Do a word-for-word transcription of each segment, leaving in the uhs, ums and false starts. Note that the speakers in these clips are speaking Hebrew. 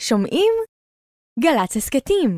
שומעים? גל"צ הסכתים.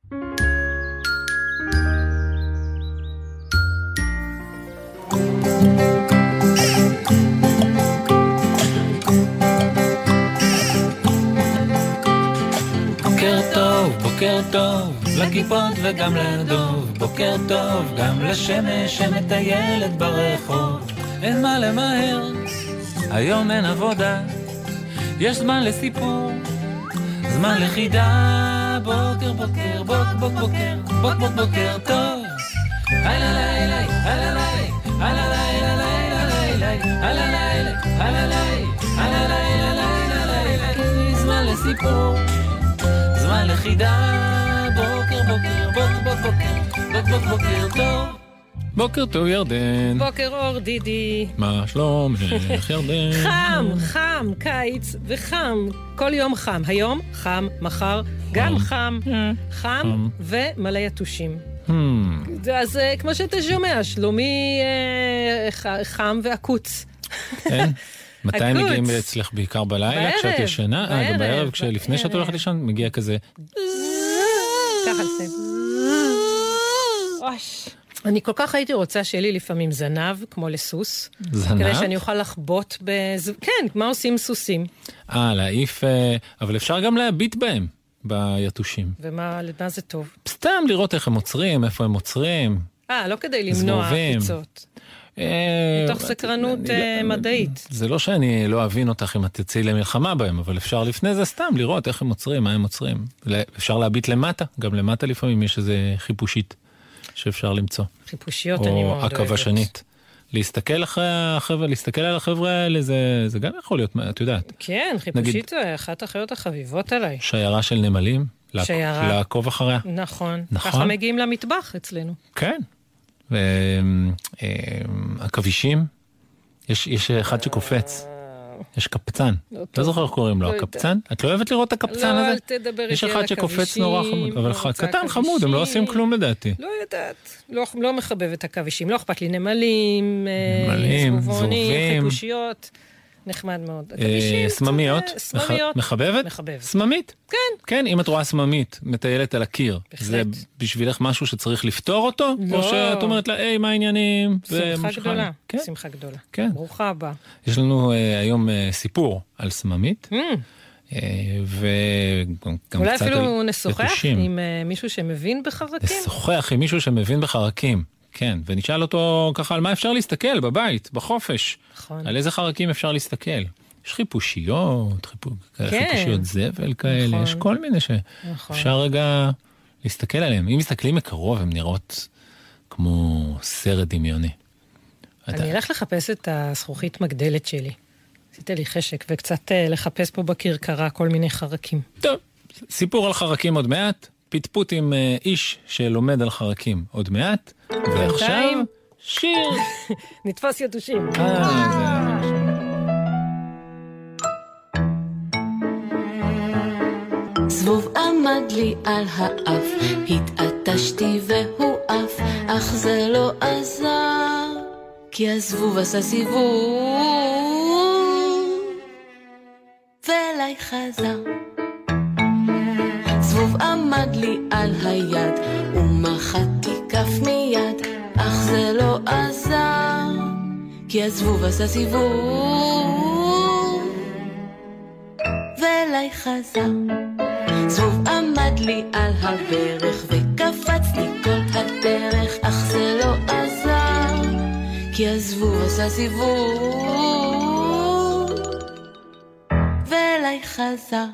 בוקר טוב, בוקר טוב, לכיפות וגם לדוב, בוקר טוב, גם לשמש שמטיילת ברחוב. אין מה למהר, היום אין עבודה, יש זמן לסיפור, זמן לחידה. בוקר בוקר, בוק בוק בוקר, בוק בוק בוקר טוב. הלא לילה, הלא לילה, הלא לילה, לילה לילה, הלא לילה, הלא לילה, הלא לילה, לילה לילה, זמן לסיפור, זמן לחידה. בוקר בוקר, בוק בוק בוקר, בוק בוק בוקר טוב. בוקר טוב ירדן. בוקר אור דידי. מה שלום, איך ירדן? חם, חם, קיץ וחם. כל יום חם. היום חם, מחר גם חם. חם ומלא יתושים. אז כמו שאתה שומע, שלומי חם ועקוץ. כן? מתי הם מגיעים אצלך בעיקר בלילה? כשאת ישנה? אה, גם בערב, לפני שאת הולכת לישון, מגיע כזה. ככה לפני. אוש. אני כל כך הייתי רוצה שיהיה לי לפעמים זנב, כמו לסוס. זנב? כדי שאני אוכל לחבוט בז... כן, מה עושים סוסים? אה, להעיף, אבל אפשר גם להביט בהם, ביתושים. ומה, למה זה טוב? סתם לראות איך הם עוצרים, איפה הם עוצרים. אה, לא כדי למנוע חיצות. מתוך סקרנות מדעית. זה לא שאני לא אבין אותך אם את תצאי למלחמה בהם, אבל אפשר לפני זה סתם לראות איך הם עוצרים, מה הם עוצרים. אפשר להביט למטה, גם למטה לפעמים יש איזה חיפושית. שאפשר למצוא. חיפושיות אני מאוד אוהבת. או עקבה שנית. להסתכל אחרי החבר'ה, להסתכל על החבר'ה האלה, זה, זה גם יכול להיות, את יודעת. כן, חיפושית זה אחת החיות החביבות עליי. שיירה של נמלים. שיירה. לעקוב אחריה. נכון. נכון. ככה מגיעים למטבח אצלנו. כן. והכבישים, יש, יש אחד שקופץ. יש קפצן. לא זוכר איך קוראים לו, הקפצן? את לא אוהבת לראות את הקפצן הזה? לא, אל תדבר איתי יש על אחד שקופץ נורא חמוד, אבל קטן חמוד, הם לא עושים כלום לדעתי. לא יודעת, לא מחבב את הקווישים, לא אכפת לי נמלים, זבובים, חיפושיות, נחמד מאוד. סממיות, מחבבת? מחבב. סממית? כן. כן, אם את רואה סממית, מטיילת על הקיר, זה בשבילך משהו שצריך לפתור אותו? או שאת אומרת לה, היי, מה העניינים? שמחה גדולה, שמחה גדולה. ברוכה הבאה. יש לנו היום סיפור על סממית, וגם קצת על יתושים. אולי אפילו נשוחח עם מישהו שמבין בחרקים? נשוחח עם מישהו שמבין בחרקים. כן, ונשאל אותו ככה על מה אפשר להסתכל בבית, בחופש. נכון. על איזה חרקים אפשר להסתכל. יש חיפושיות, חיפוש, כן. חיפושיות זבל כאלה, נכון. יש כל מיני שאפשר נכון. רגע להסתכל עליהם. אם מסתכלים מקרוב, הם נראות כמו סרט דמיוני. אני אתה... אלך לחפש את הזכוכית מגדלת שלי. עשית לי חשק, וקצת לחפש פה בקרקרה כל מיני חרקים. טוב, סיפור על חרקים עוד מעט. פטפוט עם איש שלומד על חרקים עוד מעט, ועכשיו שיר. נתפוס יתושים. זבוב עמד לי על האף, התעטשתי והוא אף, אך זה לא עזר, כי הזבוב עשה סיבוב, ואליי חזר. זבוב עמד לי על היד, ומחתי כף מיד, אך זה לא עזר, כי הזבוב עשה סיבוב, ואליי חזר. זבוב עמד לי על הברך, וקפצתי כל הדרך, אך זה לא עזר, כי הזבוב עשה סיבוב, ואליי חזר.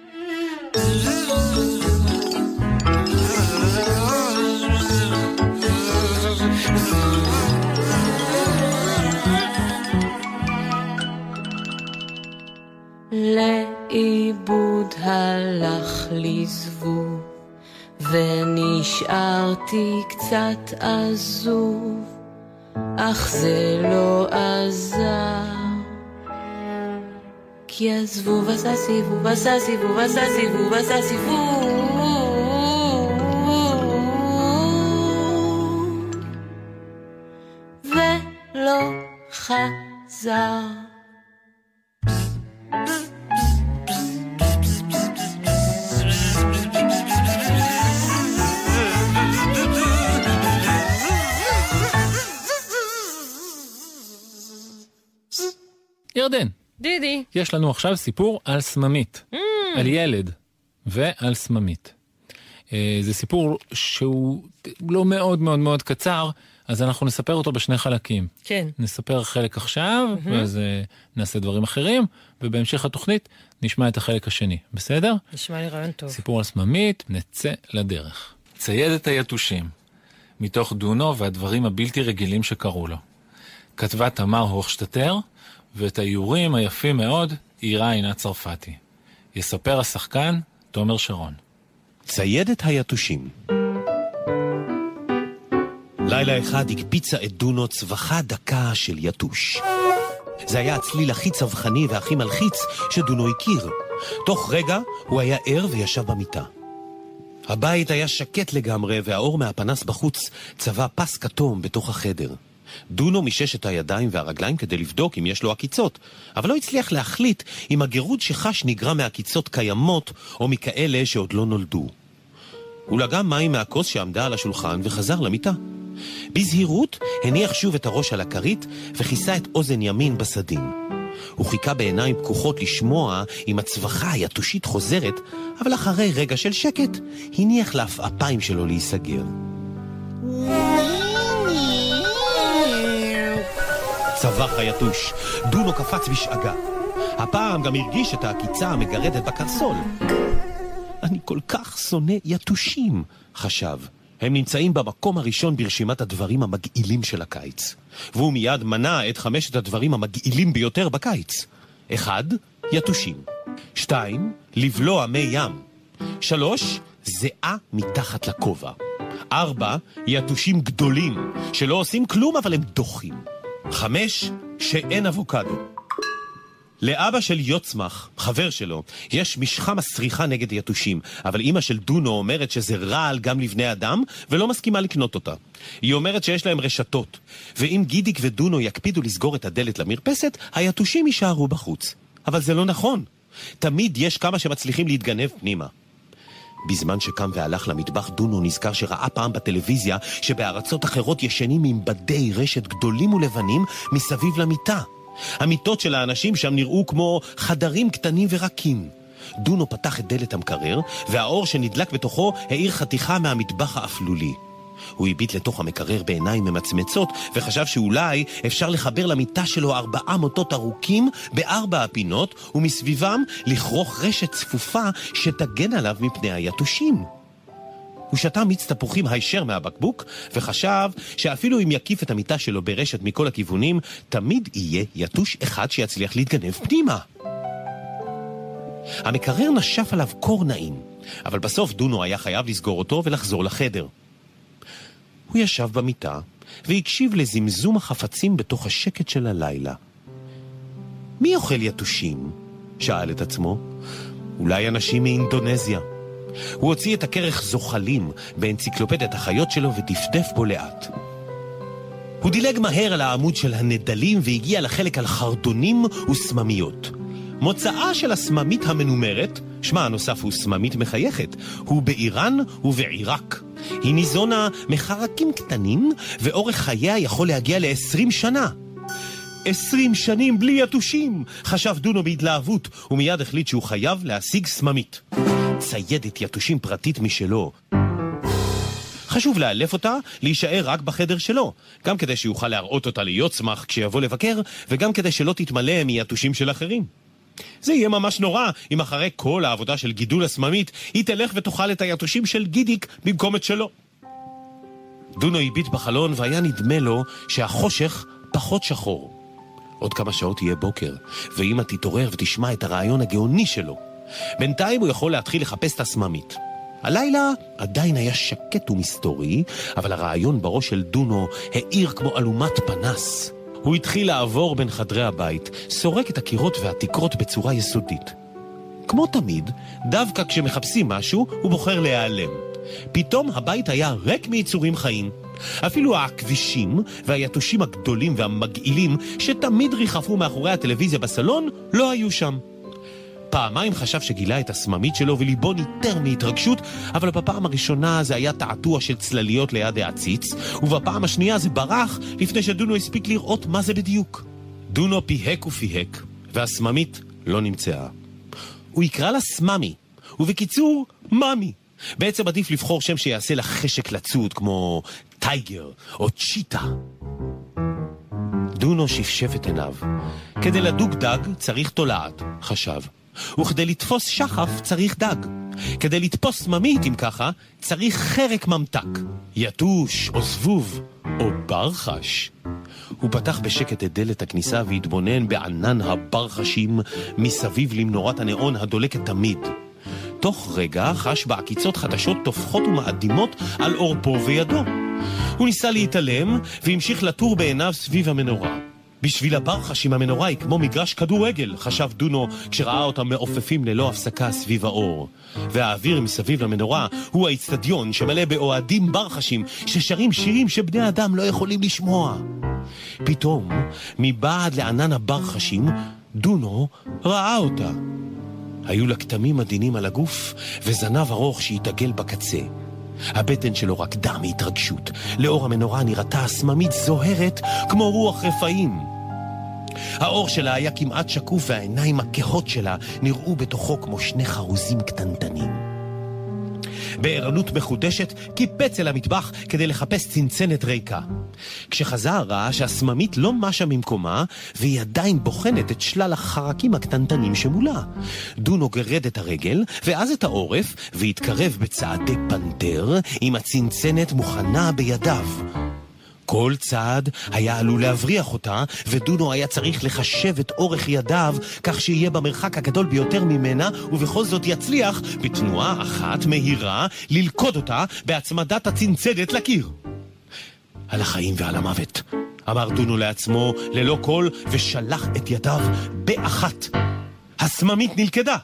לאיבוד הלך לי זבוב, ונשארתי קצת עזוב, אך זה לא עזר, כי הזבוב עשה סיבוב, עשה סיבוב, עשה סיבוב, עשה סיבוב, ולא חזר. ירדן. דידי. יש לנו עכשיו סיפור על סממית. Mm. על ילד ועל סממית. זה סיפור שהוא לא מאוד מאוד מאוד קצר, אז אנחנו נספר אותו בשני חלקים. כן. נספר חלק עכשיו, mm-hmm. ואז נעשה דברים אחרים, ובהמשך התוכנית נשמע את החלק השני. בסדר? נשמע לי רעיון טוב. סיפור על סממית, נצא לדרך. צייד את היתושים, מתוך דונו והדברים הבלתי רגילים שקרו לו. כתבה תמר הוכשטטר, ואת האיורים היפים מאוד, עירה עינת צרפתי. יספר השחקן תומר שרון. צייד את היתושים. לילה אחד הקפיצה את דונו צווחה דקה של יתוש. זה היה הצליל הכי צווחני והכי מלחיץ שדונו הכיר. תוך רגע הוא היה ער וישב במיטה. הבית היה שקט לגמרי והאור מהפנס בחוץ צבע פס כתום בתוך החדר. דונו מישש את הידיים והרגליים כדי לבדוק אם יש לו עקיצות, אבל לא הצליח להחליט אם הגירוד שחש נגרם מעקיצות קיימות או מכאלה שעוד לא נולדו. הוא לגם מים מהכוס שעמדה על השולחן וחזר למיטה. בזהירות הניח שוב את הראש על הכרית וכיסה את אוזן ימין בסדין. הוא חיכה בעיניים פקוחות לשמוע אם הצווחה היתושית חוזרת, אבל אחרי רגע של שקט הניח לעפעפיים שלו להיסגר. צווח היתוש, דונו קפץ בשאגה. הפעם גם הרגיש את העקיצה המגרדת בקרסול. אני כל כך שונא יתושים, חשב. הם נמצאים במקום הראשון ברשימת הדברים המגעילים של הקיץ. והוא מיד מנה את חמשת הדברים המגעילים ביותר בקיץ. אחד, יתושים. שתיים, לבלוע מי ים. שלוש, זיעה מתחת לכובע. ארבע, יתושים גדולים, שלא עושים כלום אבל הם דוחים. חמש, שאין אבוקדו. לאבא של יוצמח, חבר שלו, יש משחה מסריחה נגד יתושים, אבל אמא של דונו אומרת שזה רעל גם לבני אדם, ולא מסכימה לקנות אותה. היא אומרת שיש להם רשתות, ואם גידיק ודונו יקפידו לסגור את הדלת למרפסת, היתושים יישארו בחוץ. אבל זה לא נכון. תמיד יש כמה שמצליחים להתגנב פנימה. בזמן שקם והלך למטבח, דונו נזכר שראה פעם בטלוויזיה שבארצות אחרות ישנים עם בדי רשת גדולים ולבנים מסביב למיטה. המיטות של האנשים שם נראו כמו חדרים קטנים ורקים. דונו פתח את דלת המקרר, והאור שנדלק בתוכו העיר חתיכה מהמטבח האפלולי. הוא הביט לתוך המקרר בעיניים ממצמצות, וחשב שאולי אפשר לחבר למיטה שלו ארבעה מוטות ארוכים בארבע הפינות, ומסביבם לכרוך רשת צפופה שתגן עליו מפני היתושים. הוא שתה מיץ תפוחים הישר מהבקבוק, וחשב שאפילו אם יקיף את המיטה שלו ברשת מכל הכיוונים, תמיד יהיה יתוש אחד שיצליח להתגנב פנימה. המקרר נשף עליו קור נעים, אבל בסוף דונו היה חייב לסגור אותו ולחזור לחדר. הוא ישב במיטה והקשיב לזמזום החפצים בתוך השקט של הלילה. מי אוכל יתושים? שאל את עצמו. אולי אנשים מאינדונזיה. הוא הוציא את הכרך זוחלים באנציקלופדיית החיות שלו ודפדף בו לאט. הוא דילג מהר על העמוד של הנדלים והגיע לחלק על חרדונים וסממיות. מוצאה של הסממית המנומרת, שמה הנוסף הוא סממית מחייכת, הוא באיראן ובעיראק. היא ניזונה מחרקים קטנים, ואורך חייה יכול להגיע ל-עשרים שנה. עשרים שנים בלי יתושים, חשב דונו בהתלהבות, ומיד החליט שהוא חייב להשיג סממית. ציידת יתושים פרטית משלו. חשוב לאלף אותה, להישאר רק בחדר שלו, גם כדי שיוכל להראות אותה ליוצמח כשיבוא לבקר, וגם כדי שלא תתמלא מיתושים של אחרים. זה יהיה ממש נורא אם אחרי כל העבודה של גידול הסממית היא תלך ותאכל את היתושים של גידיק במקום את שלו. דונו הביט בחלון והיה נדמה לו שהחושך פחות שחור. עוד כמה שעות יהיה בוקר, ואמא תתעורר ותשמע את הרעיון הגאוני שלו. בינתיים הוא יכול להתחיל לחפש את הסממית. הלילה עדיין היה שקט ומסתורי, אבל הרעיון בראש של דונו האיר כמו אלומת פנס. הוא התחיל לעבור בין חדרי הבית, סורק את הקירות והתקרות בצורה יסודית. כמו תמיד, דווקא כשמחפשים משהו, הוא בוחר להיעלם. פתאום הבית היה ריק מיצורים חיים. אפילו הכבישים והיתושים הגדולים והמגעילים שתמיד ריחפו מאחורי הטלוויזיה בסלון לא היו שם. פעמיים חשב שגילה את הסממית שלו וליבו ניטר מהתרגשות, אבל בפעם הראשונה זה היה תעתוע של צלליות ליד העציץ, ובפעם השנייה זה ברח לפני שדונו הספיק לראות מה זה בדיוק. דונו פיהק ופיהק, והסממית לא נמצאה. הוא יקרא לה סממי, ובקיצור, ממי. בעצם עדיף לבחור שם שיעשה לה חשק לצוד, כמו טייגר או צ'יטה. דונו שפשף את עיניו. כדי לדוג דג צריך תולעת, חשב. וכדי לתפוס שחף צריך דג. כדי לתפוס ממית, אם ככה, צריך חרק ממתק. יתוש או זבוב או ברחש. הוא פתח בשקט את דלת הכניסה והתבונן בענן הברחשים מסביב למנורת הנאון הדולקת תמיד. תוך רגע חש בעקיצות חדשות תופחות ומאדימות על אורפו וידו. הוא ניסה להתעלם והמשיך לטור בעיניו סביב המנורה. בשביל הברחשים המנורה היא כמו מגרש כדורגל, חשב דונו כשראה אותם מעופפים ללא הפסקה סביב האור. והאוויר מסביב למנורה הוא האצטדיון שמלא באוהדים ברחשים ששרים שירים שבני אדם לא יכולים לשמוע. פתאום, מבעד לענן הברחשים, דונו ראה אותה. היו לה כתמים עדינים על הגוף וזנב ארוך שהתעגל בקצה. הבטן שלו רקדה מהתרגשות. לאור המנורה נראתה הסממית זוהרת כמו רוח רפאים. האור שלה היה כמעט שקוף והעיניים הכהות שלה נראו בתוכו כמו שני חרוזים קטנטנים. בערנות מחודשת קיפץ אל המטבח כדי לחפש צנצנת ריקה. כשחזר ראה שהסממית לא משה ממקומה והיא עדיין בוחנת את שלל החרקים הקטנטנים שמולה. דונו גרד את הרגל ואז את העורף והתקרב בצעדי פנתר עם הצנצנת מוכנה בידיו. כל צעד היה עלול להבריח אותה, ודונו היה צריך לחשב את אורך ידיו כך שיהיה במרחק הגדול ביותר ממנה, ובכל זאת יצליח בתנועה אחת מהירה ללכוד אותה בהצמדת הצנצנת לקיר. על החיים ועל המוות, אמר דונו לעצמו ללא קול, ושלח את ידיו באחת. הסממית נלכדה.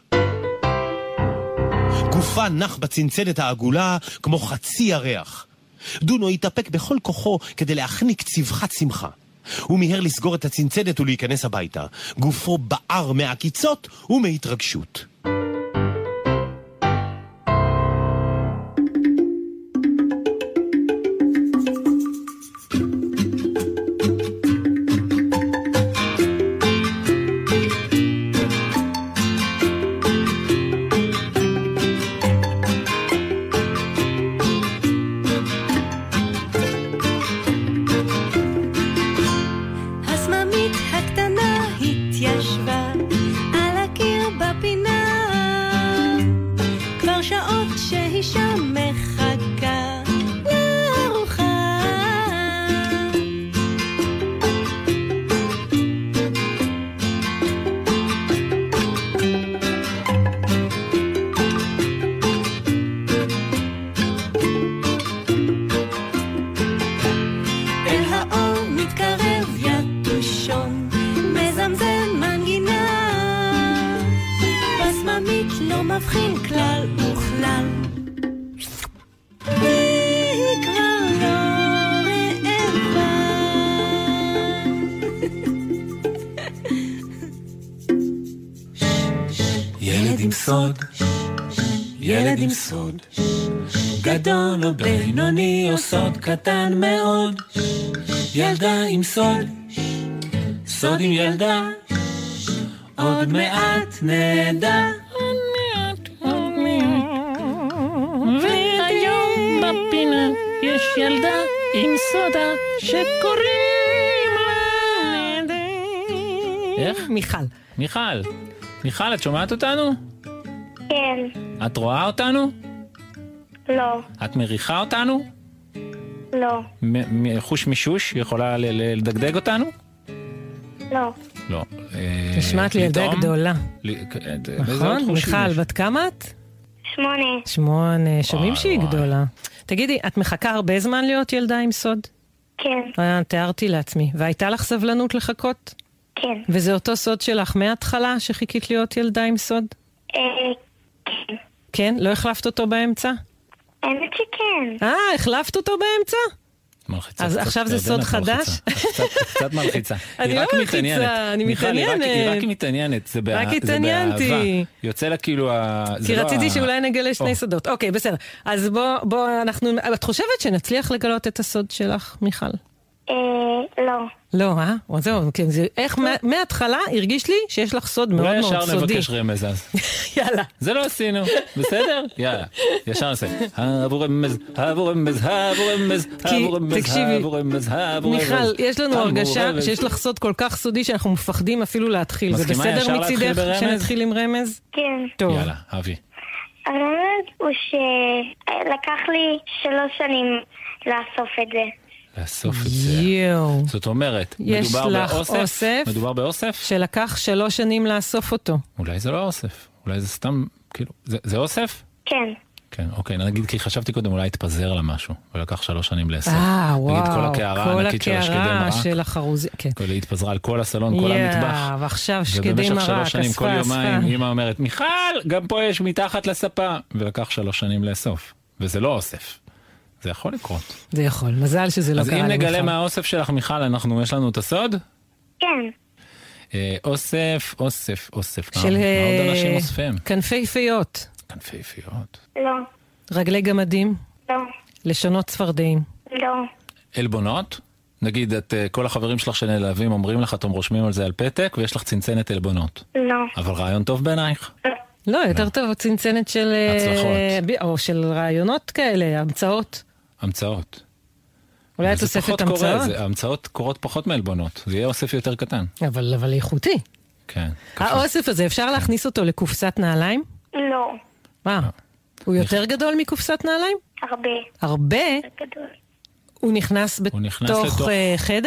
גופה נח בצנצנת העגולה כמו חצי ירח. דונו התאפק בכל כוחו כדי להחניק צבחת שמחה. הוא מיהר לסגור את הצנצנת ולהיכנס הביתה. גופו בער מהקיצות ומהתרגשות. גדול או בינוני או סוד קטן מאוד, ילדה עם סוד, סוד עם ילדה, עוד מעט נדע, עוד מעט, עוד מעט. והיום בפינה יש ילדה עם סודה שקוראים לה נדע. איך? מיכל. מיכל, מיכל, את שומעת אותנו? כן. את רואה אותנו? לא. את מריחה אותנו? לא. חוש מישוש? יכולה לדגדג אותנו? לא. לא. נשמעת לי ילדה גדולה. נכון? מיכל, בת כמה את? שמונה. שמונה. שומעים שהיא גדולה. תגידי, את מחכה הרבה זמן להיות ילדה עם סוד? כן. תיארתי לעצמי. והייתה לך סבלנות לחכות? כן. וזה אותו סוד שלך מההתחלה שחיכית להיות ילדה עם סוד? כן. כן? לא החלפת אותו באמצע? האמת שכן. אה, החלפת אותו באמצע? מלחיצה. אז עכשיו זה סוד חדש? קצת מלחיצה. אני לא מלחיצה, אני מתעניינת. היא רק מתעניינת, זה באהבה. רק התעניינתי. יוצא לה כאילו... כי רציתי שאולי נגלה שני סודות. אוקיי, בסדר. אז בוא, אנחנו... את חושבת שנצליח לגלות את הסוד שלך, מיכל? לא. לא, אה? או זהו, כן, זה, איך מההתחלה הרגיש לי שיש לך סוד מאוד מאוד סודי. אולי ישר נבקש רמז אז. יאללה. זה לא עשינו, בסדר? יאללה, ישר נעשה. הבו רמז, הבו רמז, הבו רמז, הבו רמז, הבו רמז, הבו רמז. מיכל, יש לנו הרגשה שיש לך סוד כל כך סודי שאנחנו מפחדים אפילו להתחיל. זה בסדר מצידך שנתחיל עם רמז? כן. טוב. יאללה, אבי. הרמז הוא שלקח לי שלוש שנים לאסוף את זה. לאסוף את זה. יואו. זאת אומרת, יש לך אוסף. מדובר באוסף? שלקח שלוש שנים לאסוף אותו. אולי זה לא אוסף. אולי זה סתם, כאילו, זה, זה אוסף? כן. כן, אוקיי, נגיד, כי חשבתי קודם אולי התפזר לה משהו, ולקח שלוש שנים לאסוף. אה, וואו. נגיד כל הקערה הענקית של השקדי מרק. כל הקערה של החרוזי, כן. כל היא התפזרה על כל הסלון, כל המטבח. יאה, ועכשיו שקדי מרק, ובמשך שלוש שנים, כל אספה, יומיים, אמא אומרת, מיכל, גם פה יש מתחת לספה. ולקח שלוש שנים לאסוף. וזה לא אוסף. זה יכול לקרות. זה יכול, מזל שזה לא קרה למיכל. אז אם נגלה מהאוסף שלך, מיכל, אנחנו, יש לנו את הסוד? כן. אוסף, אוסף, אוסף. של מה עוד אנשים אוספים? כנפי פיות. כנפי פיות. לא. רגלי גמדים. לא. לשונות צפרדעים. לא. אלבונות? נגיד, את כל החברים שלך שנעלבים אומרים לך, אתם רושמים על זה על פתק, ויש לך צנצנת אלבונות. לא. אבל רעיון טוב בעינייך? לא. לא, יותר טוב צנצנת של... הצלחות. או של רעיונות כאלה, המצאות. המצאות. אולי את אוספת המצאות? המצאות קורות פחות מאלבונות. זה יהיה אוסף יותר קטן. אבל, אבל איכותי. כן. האוסף הזה, אפשר להכניס אותו לקופסת נעליים? לא. מה? הוא יותר גדול מקופסת נעליים? הרבה. הרבה? גדול. הוא נכנס בתוך חדר?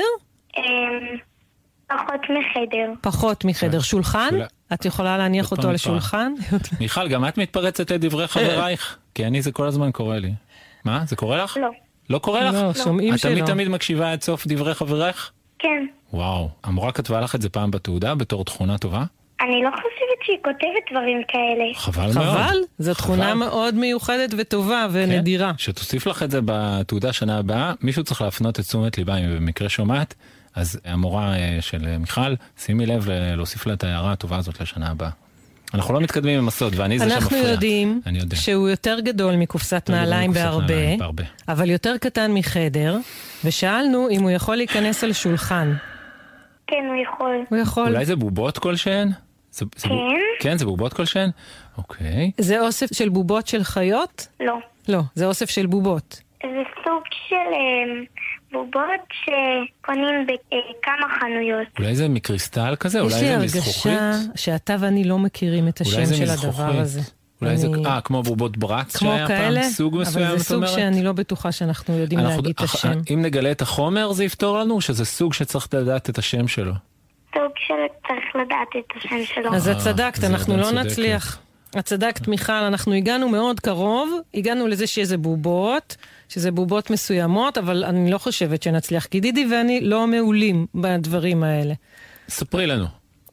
פחות מחדר. פחות מחדר. שולחן? את יכולה להניח אותו על שולחן? מיכל, גם את מתפרצת לדברי חברייך? כי אני זה כל הזמן קורה לי. מה? זה קורה לך? לא. לא קורה לך? לא, שומעים שלא. את תמיד תמיד מקשיבה עד סוף דברי חברייך? כן. וואו. המורה כתבה לך את זה פעם בתעודה בתור תכונה טובה? אני לא חושבת שהיא כותבת דברים כאלה. חבל מאוד. חבל? זו תכונה מאוד מיוחדת וטובה ונדירה. שתוסיף לך את זה בתעודה שנה הבאה, מישהו צריך להפנות את תשומת ליבה, אם במקרה שומעת, אז המורה של מיכל, שימי לב להוסיף לה את ההערה הטובה הזאת לשנה הבאה. אנחנו לא מתקדמים עם הסוד, ואני זה שמפריע. אנחנו יודעים שהוא יותר גדול מקופסת נעליים בהרבה, אבל יותר קטן מחדר, ושאלנו אם הוא יכול להיכנס על שולחן. כן, הוא יכול. הוא יכול. אולי זה בובות כלשהן? כן. כן, זה בובות כלשהן? אוקיי. זה אוסף של בובות של חיות? לא. לא, זה אוסף של בובות. זה סוג של בובות שקונים בכמה חנויות. אולי זה מקריסטל כזה? אולי זה מזכוכית? יש לי הרגשה שאתה ואני לא מכירים את השם של הדבר הזה. אולי זה, אה, כמו בובות ברץ שהיה פעם, סוג מסוים, אבל זה סוג שאני לא בטוחה שאנחנו יודעים להגיד את השם. אם נגלה את החומר זה יפתור לנו, שזה סוג שצריך לדעת את השם שלו? סוג שצריך לדעת את השם שלו. אז את צדקת, אנחנו לא נצליח. את צדקת, מיכל, אנחנו הגענו מאוד קרוב, הגענו לזה שזה בובות, שזה בובות מסוימות, אבל אני לא חושבת שנצליח, כי דידי ואני לא מעולים בדברים האלה. ספרי לנו.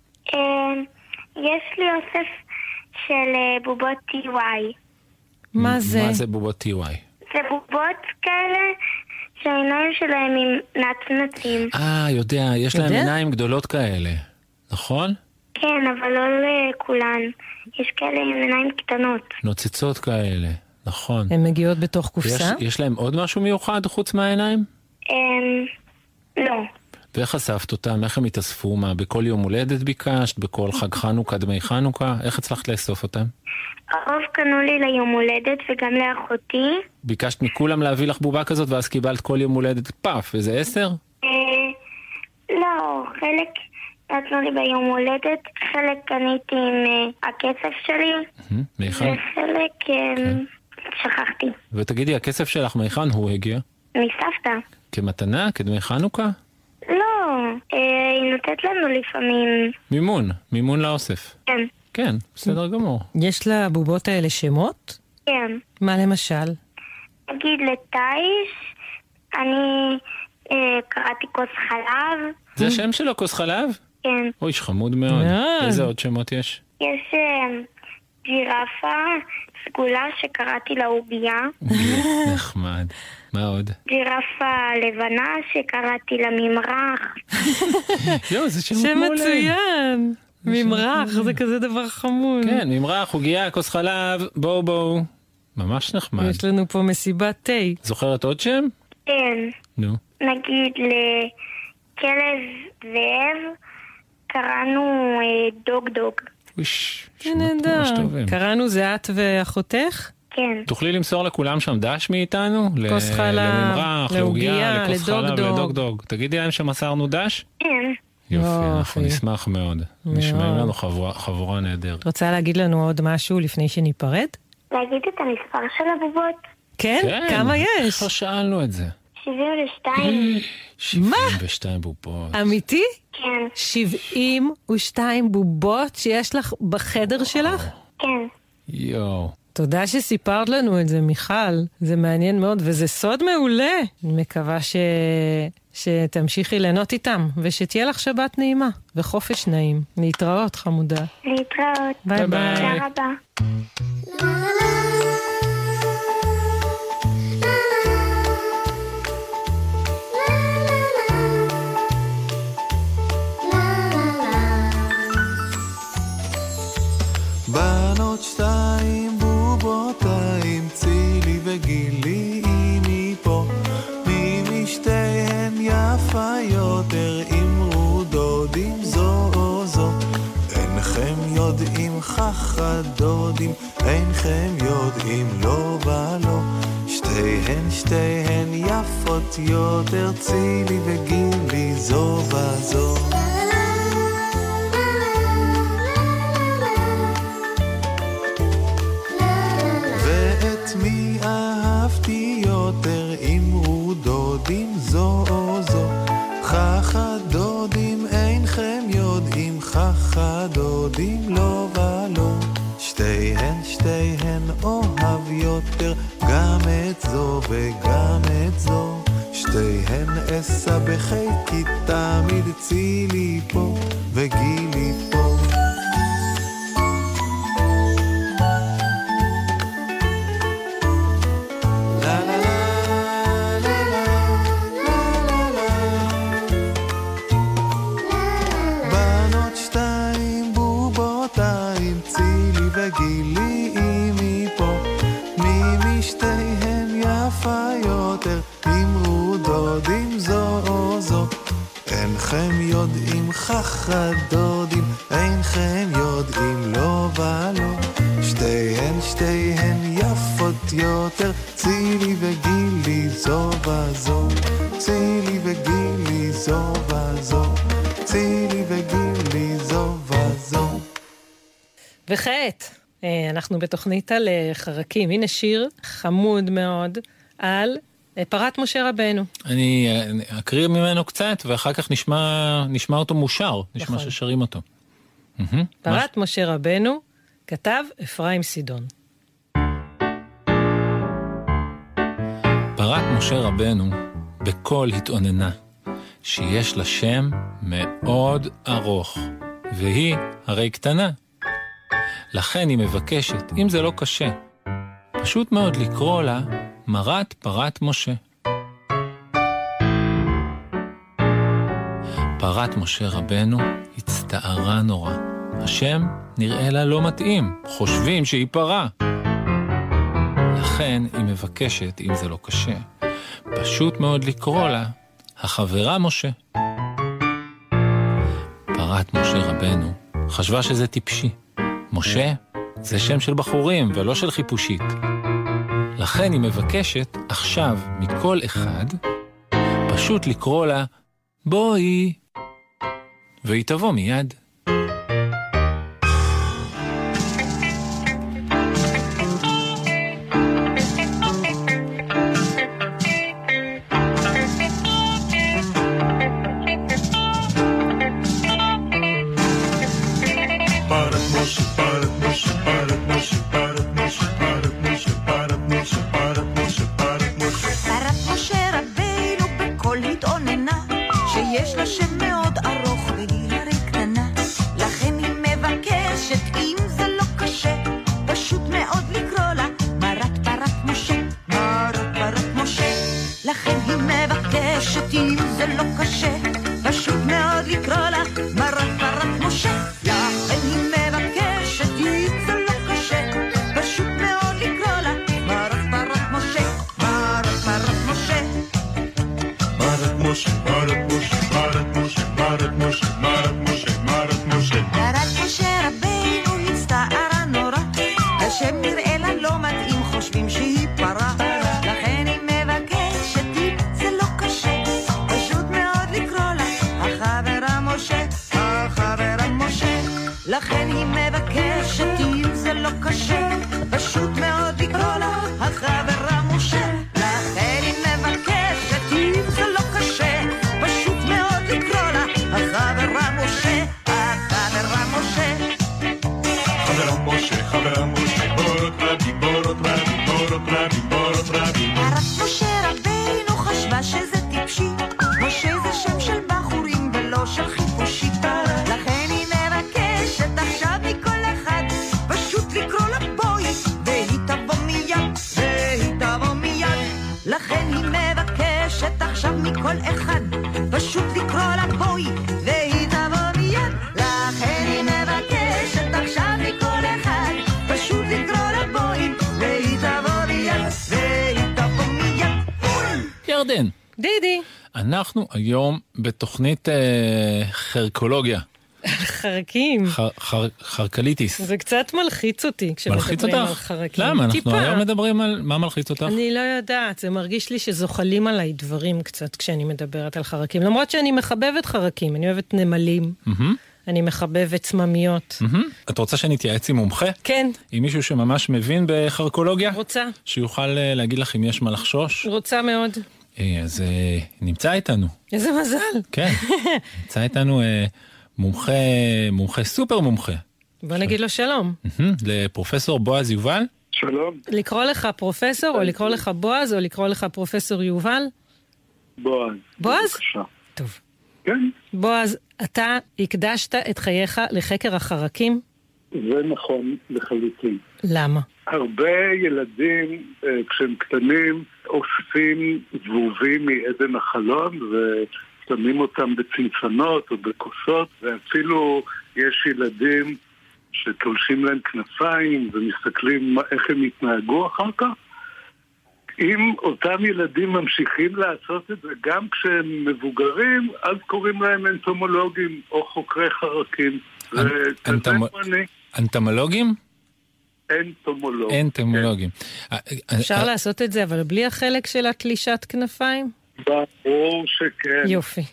יש לי אוסף של בובות טי וואי. מה זה? מה זה בובות טי וואי? זה בובות כאלה שהעיניים שלהם עם נצנצים. אה, יודע, יש להם עיניים גדולות כאלה, נכון? כן, אבל לא לכולן. יש כאלה עם עיניים קטנות. נוצצות כאלה, נכון. הן מגיעות בתוך קופסה? יש, יש להם עוד משהו מיוחד חוץ מהעיניים? אמ... לא. ואיך חשפת אותם? איך הם התאספו? מה, בכל יום הולדת ביקשת? בכל חג חנוכה, דמי חנוכה? איך הצלחת לאסוף אותם? הרוב קנו לי ליום הולדת וגם לאחותי. ביקשת מכולם להביא לך בובה כזאת ואז קיבלת כל יום הולדת פאף, איזה עשר? אה... לא, חלק נתנו לי ביום הולדת, חלק קניתי עם uh, הכסף שלי, מיכן? וחלק uh, שכחתי. ותגידי, הכסף שלך מיכן הוא הגיע? מסבתא. כמתנה? כדמי חנוכה? לא, uh, היא נותנת לנו לפעמים. מימון, מימון לאוסף. כן. כן, בסדר גמור. יש לבובות האלה שמות? כן. מה למשל? נגיד לטייש, אני uh, קראתי כוס חלב. זה השם שלו, כוס חלב? כן. אוי, חמוד מאוד. איזה עוד שמות יש? יש ג'ירפה סגולה שקראתי לה עוגיה. נחמד. מה עוד? ג'ירפה לבנה שקראתי לה ממרח. יו, זה שם שם מצוין. ממרח, זה כזה דבר חמוד. כן, ממרח, עוגיה, כוס חלב, בואו בואו. ממש נחמד. יש לנו פה מסיבת תה. זוכרת עוד שם? כן. נו. נגיד לכלב זאב, קראנו דוג דוג. ויש, זה נהדר. קראנו זה את ואחותך? כן. תוכלי למסור לכולם שם דש מאיתנו? כוס חלב, לממרח, לעוגיה, לכוס חלב, לדוג דוג. תגידי להם שמסרנו דש? כן. יופי, אנחנו נשמח מאוד. נשמעים לנו חבורה נהדרת. רוצה להגיד לנו עוד משהו לפני שניפרד? להגיד את המספר של הבובות? כן? כמה יש? כבר שאלנו את זה. שבעים ושתיים. שבעים ושתיים בובות. אמיתי? כן. שבעים ושתיים בובות שיש לך בחדר שלך? כן. יואו. תודה שסיפרת לנו את זה, מיכל. זה מעניין מאוד, וזה סוד מעולה. אני מקווה ש... שתמשיכי ליהנות איתם, ושתהיה לך שבת נעימה, וחופש נעים. להתראות, חמודה. להתראות. ביי ביי. תודה רבה. בנות שתיים בובותיים, צילי וגילי מפה, מי משתיהן יפה יותר, אמרו דודים זו או זו. אינכם יודעים חכה דודים, אינכם יודעים לא ולא, שתיהן שתיהן יפות יותר, צילי וגילי זו וזו. מי אהבתי יותר, אמרו דודים זו או זו. חכה דודים אינכם יודעים, חכה דודים לא ולא, שתיהן שתיהן אוהב יותר, גם את זו וגם את זו. שתיהן אסע בחיקי תמיד, צילי פה וגילי פה. גילי מפה, מי משתיהן יפה יותר, אמרו דודים זו או זו. אינכם יודעים חכה דודים, אינכם יודעים לא ולא, שתיהן שתיהן יפות יותר, צילי וגילי זו וזו, צילי וגילי זו וזו, צילי וגילי זו וזו. וכעת, אנחנו בתוכנית על חרקים. הנה שיר חמוד מאוד על פרת משה רבנו. אני אקריא ממנו קצת, ואחר כך נשמע, נשמע אותו מושר, נשמע נכון. ששרים אותו. פרת משה רבנו, כתב אפרים סידון. פרת משה רבנו בקול התעוננה, שיש לה שם מאוד ארוך, והיא הרי קטנה. לכן היא מבקשת, אם זה לא קשה, פשוט מאוד לקרוא לה מרת פרת משה. פרת משה רבנו הצטערה נורא. השם נראה לה לא מתאים, חושבים שהיא פרה. לכן היא מבקשת, אם זה לא קשה, פשוט מאוד לקרוא לה החברה משה. פרת משה רבנו חשבה שזה טיפשי. משה זה שם של בחורים ולא של חיפושית. לכן היא מבקשת עכשיו מכל אחד פשוט לקרוא לה בואי, והיא תבוא מיד. יש לה שם מאוד ארוך והיא הרי קטנה. משה, מרד משה, מרד משה, מרד משה, מרד משה, מרד משה. מרד משה רבינו הצטערה נורא, השם נראה לה לא מתאים, חושבים שהיא פרה, לכן היא מבקשת טיפ, זה לא קשה, פשוט מאוד לקרוא לה החברה משה, החברה משה. לכן היא מבקשת טיפ, זה לא קשה, פשוט מאוד לקרוא לה החברה משה. לכן היא מבקשת טיפ, זה לא קשה, פשוט מאוד לקרוא לה החברה משה, החברה משה. חברה משה, חברה משה, בורות רבי, בורות רבי, בורות רבי, בורות רבי. הרב משה רבינו חשבה שזה טיפשי, משה זה שם של בחורים ולא של חיפושי, לכן היא מבקשת עכשיו מכל אחד פשוט לקרוא לה בואי, והיא תבוא מיד, והיא תבוא מיד. לכן היא מבקשת עכשיו מכל אחד פשוט לקרוא לה בואי, והיא תבוא מיד. לכן היא מבקשת עכשיו מכל אחד פשוט לקרוא לה בואי, והיא תבוא מיד, והיא תבוא מיד. ירדן, דידי. אנחנו היום בתוכנית אה, חרקולוגיה. חרקים. חר, חר, חרקליטיס. זה קצת מלחיץ אותי כשמדברים על חרקים. למה? אנחנו טיפה. היום מדברים על מה מלחיץ אותך? אני לא יודעת, זה מרגיש לי שזוחלים עליי דברים קצת כשאני מדברת על חרקים. למרות שאני מחבבת חרקים, אני אוהבת נמלים, Mm-hmm. אני מחבבת צממיות. Mm-hmm. את רוצה שנתייעץ עם מומחה? כן. עם מישהו שממש מבין בחרקולוגיה? רוצה. שיוכל להגיד לך אם יש מה לחשוש? רוצה מאוד. אז נמצא איתנו. איזה מזל. כן, נמצא איתנו מומחה, מומחה סופר מומחה. בוא נגיד לו שלום. לפרופסור בועז יובל. שלום. לקרוא לך פרופסור, או לקרוא לך בועז, או לקרוא לך פרופסור יובל? בועז. בועז? בבקשה. טוב. כן. בועז, אתה הקדשת את חייך לחקר החרקים? זה נכון לחלוטין. למה? הרבה ילדים, כשהם קטנים, אוספים זבובים מאדן החלון ושמים אותם בצנצנות או בכוסות, ואפילו יש ילדים שתולשים להם כנפיים ומסתכלים איך הם יתנהגו אחר כך. אם אותם ילדים ממשיכים לעשות את זה גם כשהם מבוגרים, אז קוראים להם אנטומולוגים או חוקרי חרקים. אנטומולוגים? אנטומולוגים. אנטומולוגים. אפשר לעשות את זה, אבל בלי החלק של התלישת כנפיים? ברור שכן. יופי.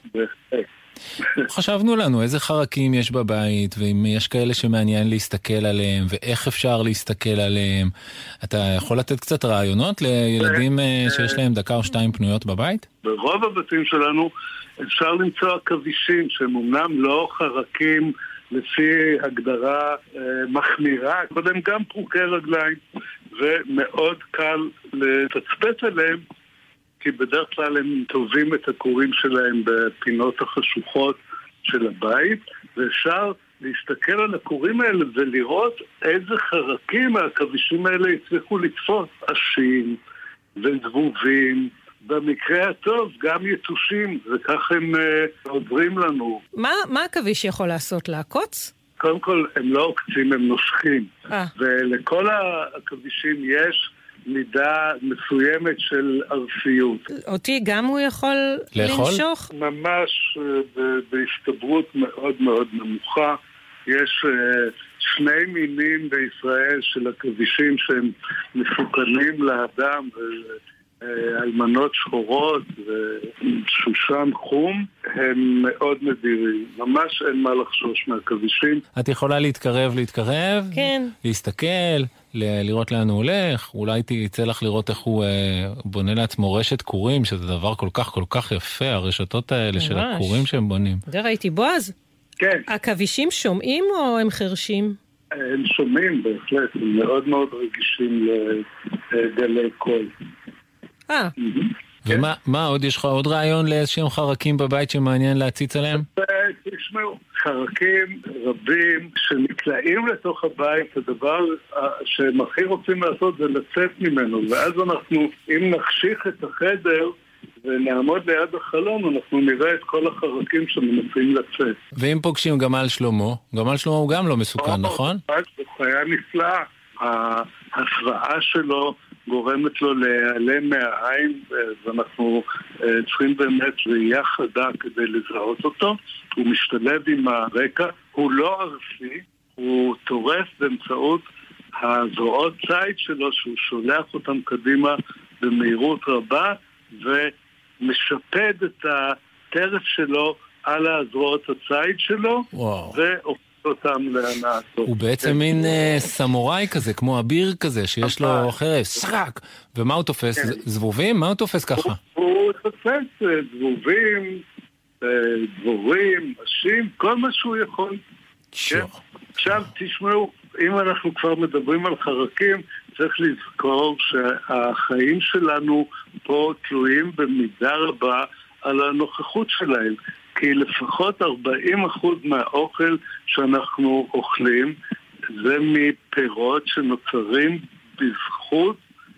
חשבנו לנו איזה חרקים יש בבית, ואם יש כאלה שמעניין להסתכל עליהם, ואיך אפשר להסתכל עליהם. אתה יכול לתת קצת רעיונות לילדים שיש להם דקה או שתיים פנויות בבית? ברוב הבתים שלנו אפשר למצוא עכבישים שהם אמנם לא חרקים לפי הגדרה אה, מחמירה, קודם גם פרוקי רגליים, ומאוד קל לתצפת עליהם, כי בדרך כלל הם טובים את הקורים שלהם בפינות החשוכות של הבית, ואפשר להסתכל על הקורים האלה ולראות איזה חרקים העכבישים האלה הצליחו לתפוס, אשים וזבובים, במקרה הטוב גם יתושים, וכך הם uh, עוזרים לנו. מה, מה עכביש יכול לעשות? לעקוץ? קודם כל, הם לא עוקצים, הם נושכים. אה. ולכל העכבישים יש מידה מסוימת של ארסיות. אותי גם הוא יכול לאכול? לנשוך? ממש uh, בהסתברות מאוד מאוד נמוכה. יש uh, שני מינים בישראל של עכבישים שהם מסוכנים לאדם ו... אלמנות שחורות ושושן חום הם מאוד נדירים, ממש אין מה לחשוש מהעכבישים. את יכולה להתקרב, להתקרב, כן. להסתכל, ל- לראות לאן הוא הולך, אולי תצא לך לראות איך הוא אה, בונה לעצמו רשת קורים, שזה דבר כל כך כל כך יפה, הרשתות האלה ממש. של הקורים שהם בונים. זה ראיתי בועז? כן. עכבישים שומעים או הם חרשים? הם שומעים בהחלט, הם מאוד מאוד רגישים לגלי קול. אה. ומה מה עוד? יש לך עוד רעיון לאיזשהם חרקים בבית שמעניין להציץ עליהם? תשמעו, חרקים רבים שנקלעים לתוך הבית, הדבר שהם הכי רוצים לעשות זה לצאת ממנו, ואז אנחנו, אם נחשיך את החדר ונעמוד ליד החלון, אנחנו נראה את כל החרקים שמנסים לצאת. ואם פוגשים גמל שלמה, גמל שלמה הוא גם לא מסוכן, נכון? הוא חיה נפלאה. ההסוואה שלו גורמת לו להיעלם מהעין, ואנחנו צריכים באמת ראייה חדה כדי לזהות אותו. הוא משתלב עם הרקע, הוא לא ארסי, הוא טורף באמצעות הזרועות ציד שלו, שהוא שולח אותם קדימה במהירות רבה, ומשפד את הטרף שלו על הזרועות הציד שלו, והופך אותם להנאתו. הוא בעצם מין סמוראי כזה, כמו אביר כזה, שיש לו חרב, שרק. ומה הוא תופס? זבובים? מה הוא תופס ככה? הוא תופס זבובים, דבורים, אשים, כל מה שהוא יכול. עכשיו תשמעו, אם אנחנו כבר מדברים על חרקים, צריך לזכור שהחיים שלנו פה תלויים במידה רבה על הנוכחות שלהם. כי לפחות ארבעים אחוז מהאוכל שאנחנו אוכלים זה מפירות שנוצרים בזכות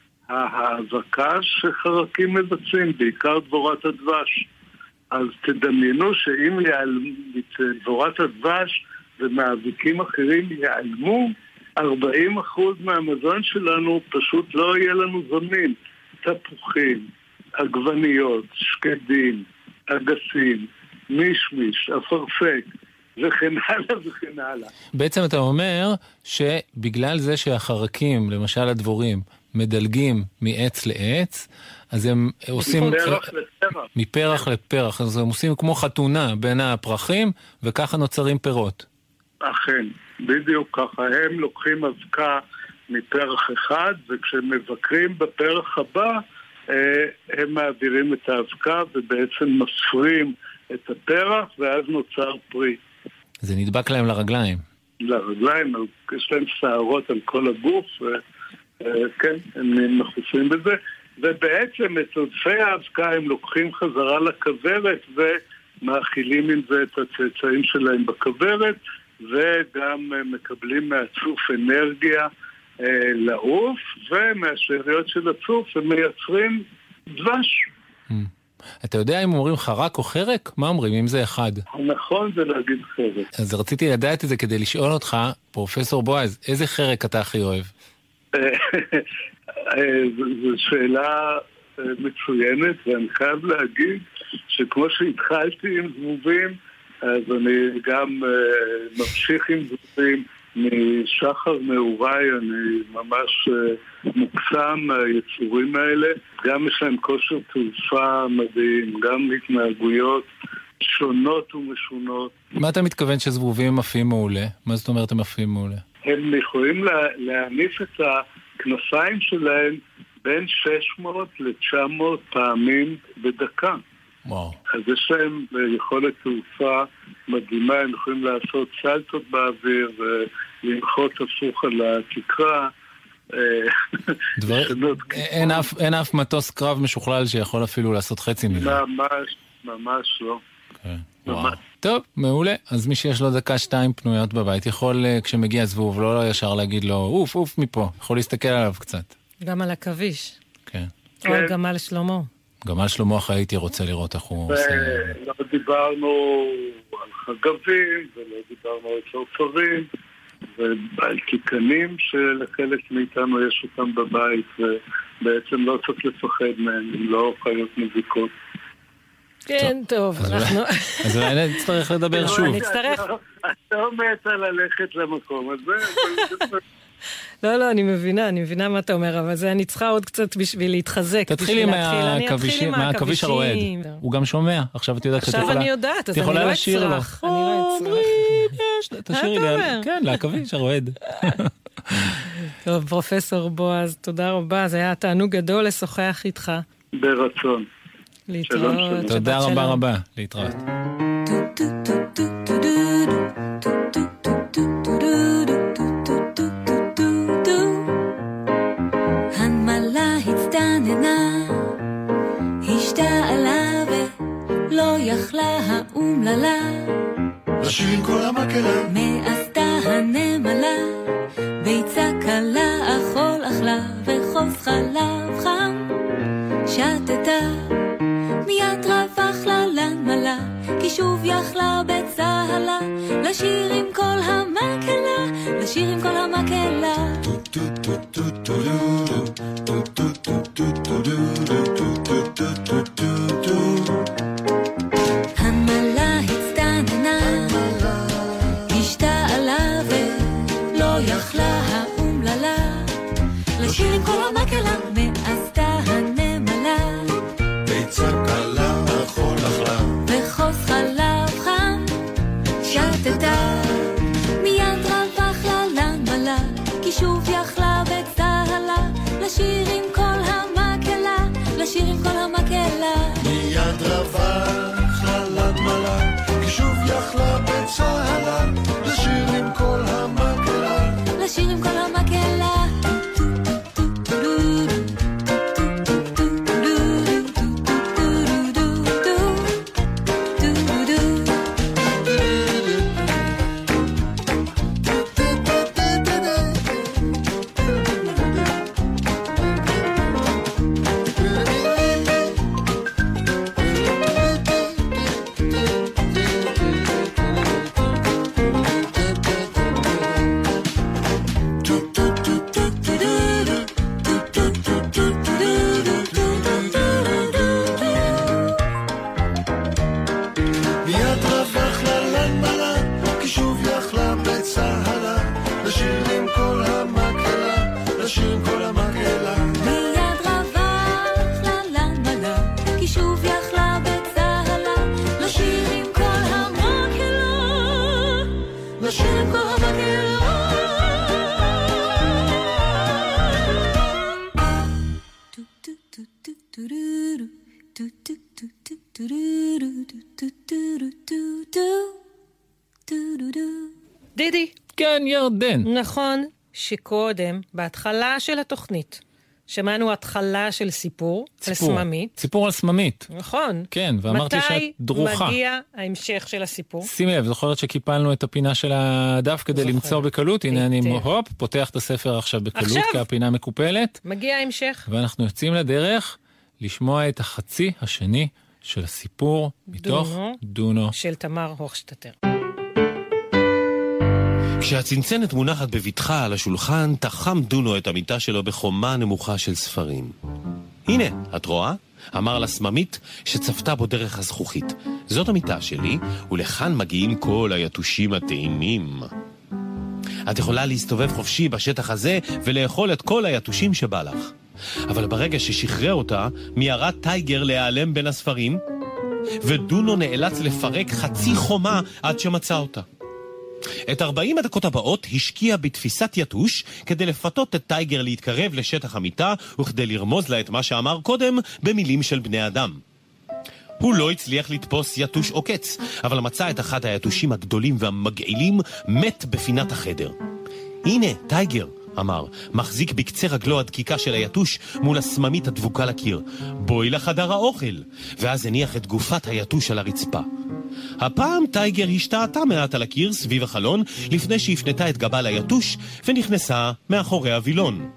ההאבקה שחרקים מבצעים, בעיקר דבורת הדבש. אז תדמיינו שאם דבורת הדבש ומאביקים אחרים יעלמו, ארבעים אחוז מהמזון שלנו פשוט לא יהיה לנו זמין. תפוחים, עגבניות, שקדים, אגסים, מישמיש, אפרפק, וכן הלאה וכן הלאה. בעצם אתה אומר שבגלל זה שהחרקים, למשל הדבורים, מדלגים מעץ לעץ, אז הם עושים... מפרח לפרח. מפרח לפרח, אז הם עושים כמו חתונה בין הפרחים, וככה נוצרים פירות. אכן, בדיוק ככה. הם לוקחים אבקה מפרח אחד, וכשהם מבקרים בפרח הבא, הם מעבירים את האבקה ובעצם מספרים את הפרח, ואז נוצר פרי. זה נדבק להם לרגליים. לרגליים, יש להם שערות על כל הגוף, וכן, הם מחוסים בזה. ובעצם את עודפי האבקה הם לוקחים חזרה לכוורת, ומאכילים עם זה את הצאצאים שלהם בכוורת, וגם מקבלים מהצוף אנרגיה לעוף, ומהשאריות של הצוף הם מייצרים דבש. אתה יודע אם אומרים חרק או חרק? מה אומרים אם זה אחד? נכון זה להגיד חרק. אז רציתי לדעת את זה כדי לשאול אותך, פרופסור בועז, איזה חרק אתה הכי אוהב? זו שאלה מצוינת, ואני חייב להגיד שכמו שהתחלתי עם זבובים, אז אני גם ממשיך עם זבובים. משחר נעוריי אני ממש מוקסם מהיצורים האלה. גם יש להם כושר תעופה מדהים, גם התנהגויות שונות ומשונות. מה אתה מתכוון שזבובים מפים מעולה? מה זאת אומרת הם מפים מעולה? הם יכולים להניף את הכנפיים שלהם בין שש מאות ל-תשע מאות פעמים בדקה. וואו. אז יש להם יכולת תעופה מדהימה, הם יכולים לעשות סלטות באוויר ולנחות הפוך על התקרה. אין אף מטוס קרב משוכלל שיכול אפילו לעשות חצי מזה. ממש, ממש לא. טוב, מעולה. אז מי שיש לו דקה שתיים פנויות בבית יכול כשמגיע זבוב לא ישר להגיד לו אוף אוף מפה, יכול להסתכל עליו קצת. גם על הכביש. כן. או על גמל שלמה. גמל שלמה אחרי הייתי רוצה לראות איך הוא עושה. לא דיברנו על חגבים, ולא דיברנו על צרצרים, ועל קיקנים שלחלק מאיתנו יש אותם בבית, ובעצם לא צריך לפחד מהם, הם לא חיות מזיקות. כן, טוב, אנחנו... אז אולי נצטרך לדבר שוב. נצטרך... אתה אומרת ללכת למקום הזה, אבל... לא, לא, אני מבינה, אני מבינה מה אתה אומר, אבל זה אני צריכה עוד קצת בשביל להתחזק. תתחילי מהכביש הרועד. הוא גם שומע. עכשיו את יודעת שאת יכולה... עכשיו אני יודעת, אז אני לא אצרח. אני לא אצרח. תשאירי לי, כן, לכביש הרועד. טוב, פרופסור בועז, תודה רבה. זה היה תענוג גדול לשוחח איתך. ברצון. להתראות. תודה רבה רבה. להתראות. השתעלה ולא יכלה האומללה לשיר עם כל המקלה מעשתה הנמלה ביצה קלה אכול אכלה וחוס חלב חם שתתה מיד רווח לה לנמלה כי שוב יכלה בצהלה לשיר עם כל המקלה לשיר עם כל המקלה טו טו טו טו טו טו טו לשיר עם כל המקהלה, מעשתה הנמלה. ביצה קלה אכול אכלה, וחוס חלב חם שתתה. מיד רווח לה לנמלה, כי שוב יכלה בצהלה, לשיר עם כל המקהלה, לשיר עם כל המקהלה. מיד רווח לה לנמלה, כי שוב יכלה בצהלה, לשיר עם כל המקהלה, לשיר עם כל המקהלה. דידי. כן, ירדן. נכון שקודם, בהתחלה של התוכנית, שמענו התחלה של סיפור, סיפור על סממית. סיפור על סממית. נכון. כן, ואמרתי שאת דרוכה. מתי מגיע ההמשך של הסיפור? שימי לב, זוכרת שקיפלנו את הפינה של הדף כדי זוכר. למצוא בקלות, הנה אני הופ, פותח את הספר עכשיו בקלות, עכשיו? כי הפינה מקופלת. מגיע ההמשך. ואנחנו יוצאים לדרך לשמוע את החצי השני של הסיפור מתוך דונו, דונו. של תמר הוכשטטר. כשהצנצנת מונחת בביטחה על השולחן, תחם דונו את המיטה שלו בחומה נמוכה של ספרים. הנה, את רואה? אמר לסממית שצפתה בו דרך הזכוכית. זאת המיטה שלי, ולכאן מגיעים כל היתושים הטעימים. את יכולה להסתובב חופשי בשטח הזה ולאכול את כל היתושים שבא לך. אבל ברגע ששחרר אותה, מיהרה טייגר להיעלם בין הספרים, ודונו נאלץ לפרק חצי חומה עד שמצא אותה. את ארבעים הדקות הבאות השקיע בתפיסת יתוש כדי לפתות את טייגר להתקרב לשטח המיטה וכדי לרמוז לה את מה שאמר קודם במילים של בני אדם. הוא לא הצליח לתפוס יתוש עוקץ, אבל מצא את אחד היתושים הגדולים והמגעילים מת בפינת החדר. הנה, טייגר, אמר, מחזיק בקצה רגלו הדקיקה של היתוש מול הסממית הדבוקה לקיר. בואי לחדר האוכל. ואז הניח את גופת היתוש על הרצפה. הפעם טייגר השתעתה מעט על הקיר סביב החלון לפני שהפנתה את גבה ליתוש ונכנסה מאחורי הווילון.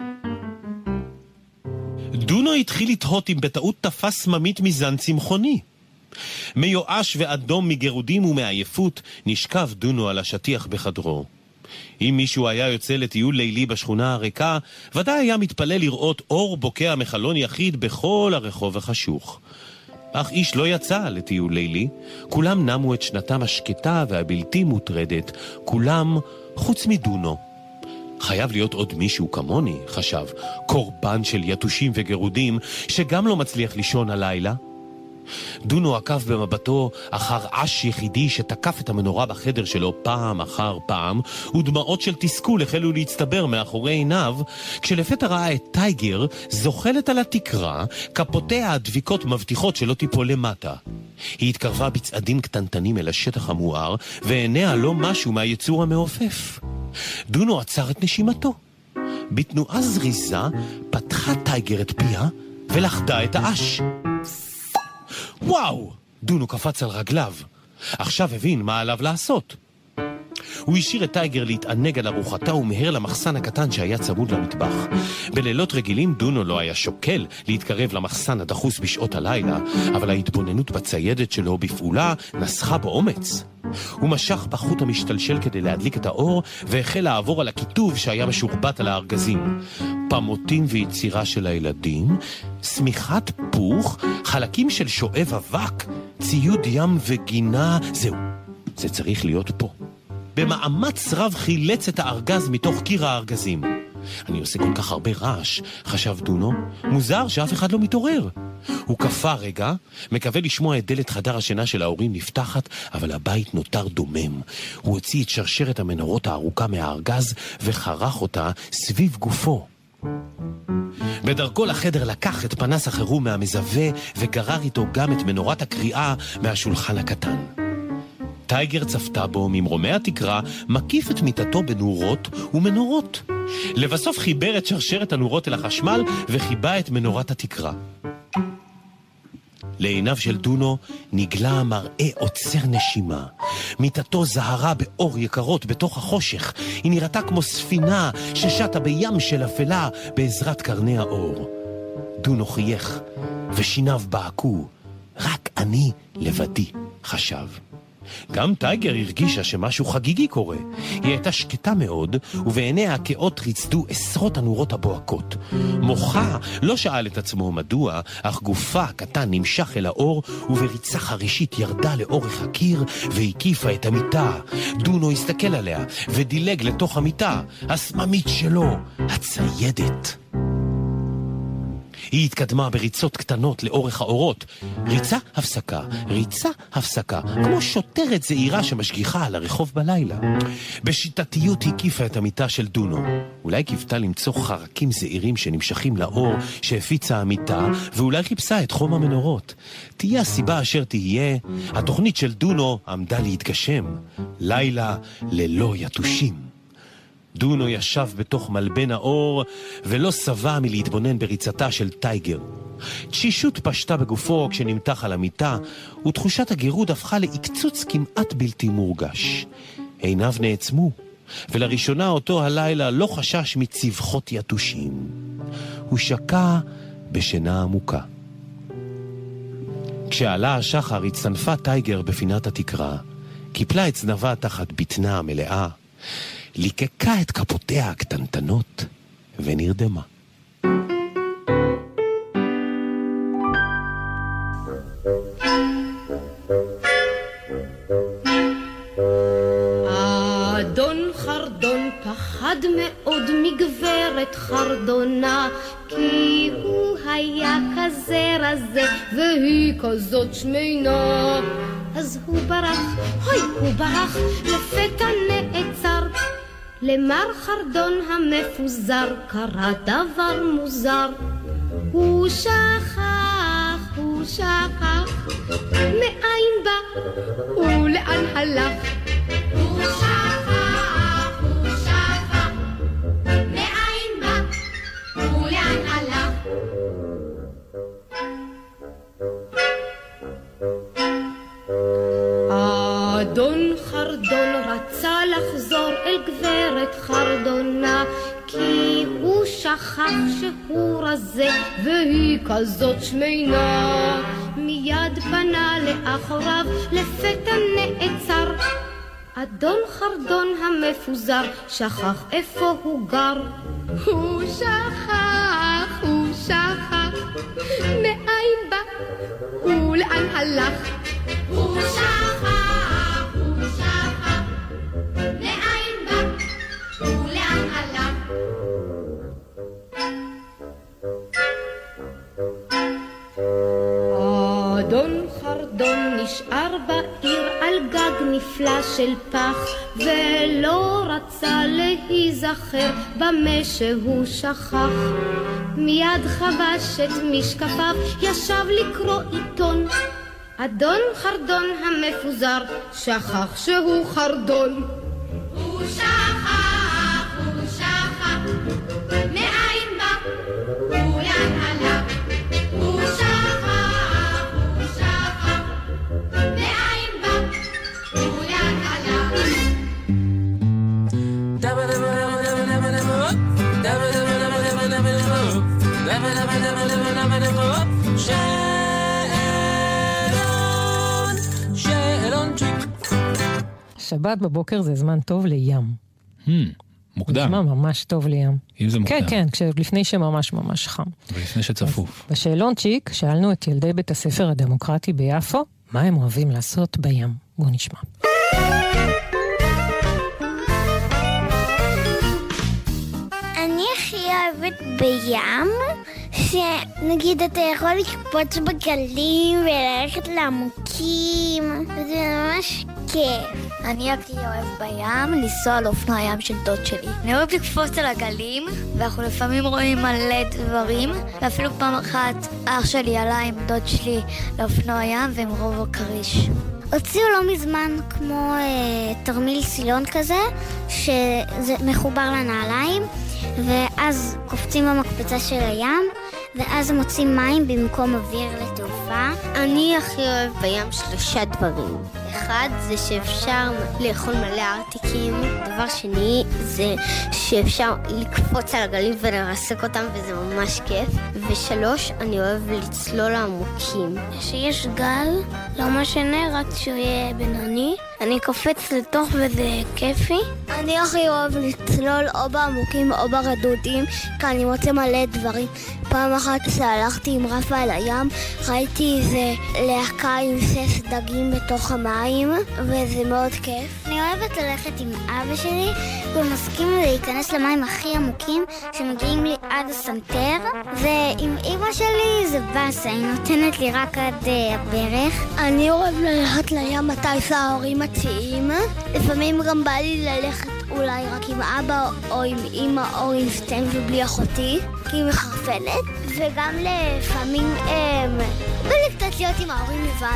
דונו התחיל לתהות אם בטעות תפס סממית מזן צמחוני. מיואש ואדום מגירודים ומעייפות נשכב דונו על השטיח בחדרו. אם מישהו היה יוצא לטיול לילי בשכונה הריקה, ודאי היה מתפלל לראות אור בוקע מחלון יחיד בכל הרחוב החשוך. אך איש לא יצא לטיול לילי, כולם נמו את שנתם השקטה והבלתי מוטרדת, כולם חוץ מדונו. חייב להיות עוד מישהו כמוני, חשב, קורבן של יתושים וגירודים, שגם לא מצליח לישון הלילה. דונו עקב במבטו אחר אש יחידי שתקף את המנורה בחדר שלו פעם אחר פעם, ודמעות של תסכול החלו להצטבר מאחורי עיניו, כשלפתע ראה את טייגר זוחלת על התקרה, כפותיה הדביקות מבטיחות שלא תיפול למטה. היא התקרבה בצעדים קטנטנים אל השטח המואר, ועיניה לא משהו מהיצור המעופף. דונו עצר את נשימתו. בתנועה זריזה פתחה טייגר את פיה ולחדה את האש. וואו! דונו קפץ על רגליו. עכשיו הבין מה עליו לעשות. הוא השאיר את טייגר להתענג על ארוחתה ומהר למחסן הקטן שהיה צמוד למטבח. בלילות רגילים דונו לא היה שוקל להתקרב למחסן הדחוס בשעות הלילה, אבל ההתבוננות בציידת שלו בפעולה נסחה באומץ. הוא משך בחוט המשתלשל כדי להדליק את האור והחל לעבור על הכיתוב שהיה משורבט על הארגזים. פמוטים ויצירה של הילדים, סמיכת פוך, חלקים של שואב אבק, ציוד ים וגינה, זהו, זה צריך להיות פה. במאמץ רב חילץ את הארגז מתוך קיר הארגזים. אני עושה כל כך הרבה רעש, חשב דונו. מוזר שאף אחד לא מתעורר. הוא קפה רגע, מקווה לשמוע את דלת חדר השינה של ההורים נפתחת, אבל הבית נותר דומם. הוא הוציא את שרשרת המנורות הארוכה מהארגז וחרך אותה סביב גופו. בדרכו לחדר לקח את פנס החירום מהמזווה וגרר איתו גם את מנורת הקריאה מהשולחן הקטן. טייגר צפתה בו ממרומי התקרה, מקיף את מיטתו בנורות ומנורות. לבסוף חיבר את שרשרת הנורות אל החשמל וחיבה את מנורת התקרה. לעיניו של דונו נגלה מראה עוצר נשימה. מיטתו זהרה באור יקרות בתוך החושך. היא נראתה כמו ספינה ששטה בים של אפלה בעזרת קרני האור. דונו חייך ושיניו בעקו. רק אני לבדי, חשב. גם טייגר הרגישה שמשהו חגיגי קורה. היא הייתה שקטה מאוד, ובעיניה הכאות ריצדו עשרות הנורות הבוהקות. מוחה לא שאל את עצמו מדוע, אך גופה הקטן נמשך אל האור, ובריצה חרישית ירדה לאורך הקיר והקיפה את המיטה. דונו הסתכל עליה ודילג לתוך המיטה, הסממית שלו, הציידת. היא התקדמה בריצות קטנות לאורך האורות. ריצה, הפסקה, ריצה, הפסקה, כמו שוטרת זעירה שמשגיחה על הרחוב בלילה. בשיטתיות הקיפה את המיטה של דונו. אולי קיוותה למצוא חרקים זעירים שנמשכים לאור שהפיצה המיטה, ואולי חיפשה את חום המנורות. תהיה הסיבה אשר תהיה, התוכנית של דונו עמדה להתגשם. לילה ללא יתושים. דונו ישב בתוך מלבן האור ולא סבא מלהתבונן בריצתה של טייגר. תשישות פשטה בגופו כשנמתח על המיטה, ותחושת הגירוד הפכה להקצוץ כמעט בלתי מורגש. עיניו נעצמו, ולראשונה אותו הלילה לא חשש מצבחות יתושים. הוא שקע בשינה עמוקה. כשעלה השחר הצטנפה טייגר בפינת התקרה, קיפלה את זנבה תחת בטנה המלאה, ליקקה את כפותיה הקטנטנות ונרדמה. אדון חרדון פחד מאוד מגברת חרדונה, כי הוא היה כזה רזה והיא כזאת שמינה. אז הוא ברח, אוי הוא ברח, לפתע נעצר. למר חרדון המפוזר קרה דבר מוזר. הוא שכח, הוא שכח, מאין בא ולאן הלך. הוא שכח, הוא שכח, מאין בא ולאן הלך. אדון חרדון רצה לחזור אל גברת חרדונה, כי הוא שכח שהוא רזה והיא כזאת שמינה. מיד פנה לאחוריו, לפתע נעצר. אדון חרדון המפוזר שכח איפה הוא גר. הוא שכח, הוא שכח, מאין בא ולאן הלך. הוא שכח, הוא שכח, מאין בא ולאן הלך. אדון חרדון נשאר בעיר על גג נפלא של פח, ולא רצה להיזכר במה שהוא שכח. מיד חבש את משקפיו, ישב לקרוא עיתון. אדון חרדון המפוזר שכח שהוא חרדון. הוא שכח, הוא שכח, מאין בא ולאן הלך. הוא שכח, הוא שכח, מאין בא ולאן הלך. שבת בבוקר זה זמן טוב לים. Hmm, מוקדם. זמן ממש טוב לים. אם זה מוקדם. כן, כן, לפני שממש ממש חם. ולפני שצפוף. בשאלונצ'יק שאלנו את ילדי בית הספר הדמוקרטי ביפו, מה הם אוהבים לעשות בים. בואו נשמע. אני אוהבת בים, שנגיד אתה יכול לקפוץ בגלים וללכת לעמוקים, וזה ממש כיף. אני הכי אוהב בים לנסוע על אופנוע הים של דוד שלי. אני אוהב לקפוץ על הגלים, ואנחנו לפעמים רואים מלא דברים, ואפילו פעם אחת אח שלי עלה עם דוד שלי לאופנוע הים ועם רובו קריש. הוציאו לא מזמן כמו אה, תרמיל סילון כזה, שזה מחובר לנעליים, ואז קופצים במקפצה של הים, ואז הם מוצאים מים במקום אוויר לתעופה. אני הכי אוהב בים שלושה דברים. אחד זה שאפשר לאכול מלא ארטיקים. דבר שני זה שאפשר לקפוץ על הגלים ולרסק אותם, וזה ממש כיף. ושלוש, אני אוהב לצלול עמוקים. שיש גל, לא משנה, רק שהוא יהיה בינוני. אני קופץ לתוך וזה כיפי. אני הכי אוהב לצלול או בעמוקים או ברדודים, כי אני מוצא מלא דברים. פעם אחת שהלכתי עם רפה אל הים, ראיתי איזה להקה עם סס דגים בתוך המים, וזה מאוד כיף. אני אוהבת ללכת עם אבא שלי, ומסכים להיכנס למים הכי עמוקים, שמגיעים לי עד הסנטר, ועם אמא שלי זה בסה, היא נותנת לי רק עד uh, הברך. אני אוהב ללכת לים מתי שההורים מציעים. לפעמים גם בא לי ללכת אולי רק עם אבא או עם אמא או עם סטם ובלי אחותי, כי היא מחרפנת, וגם לפעמים הם... בלי קצת להיות עם ההורים לבד.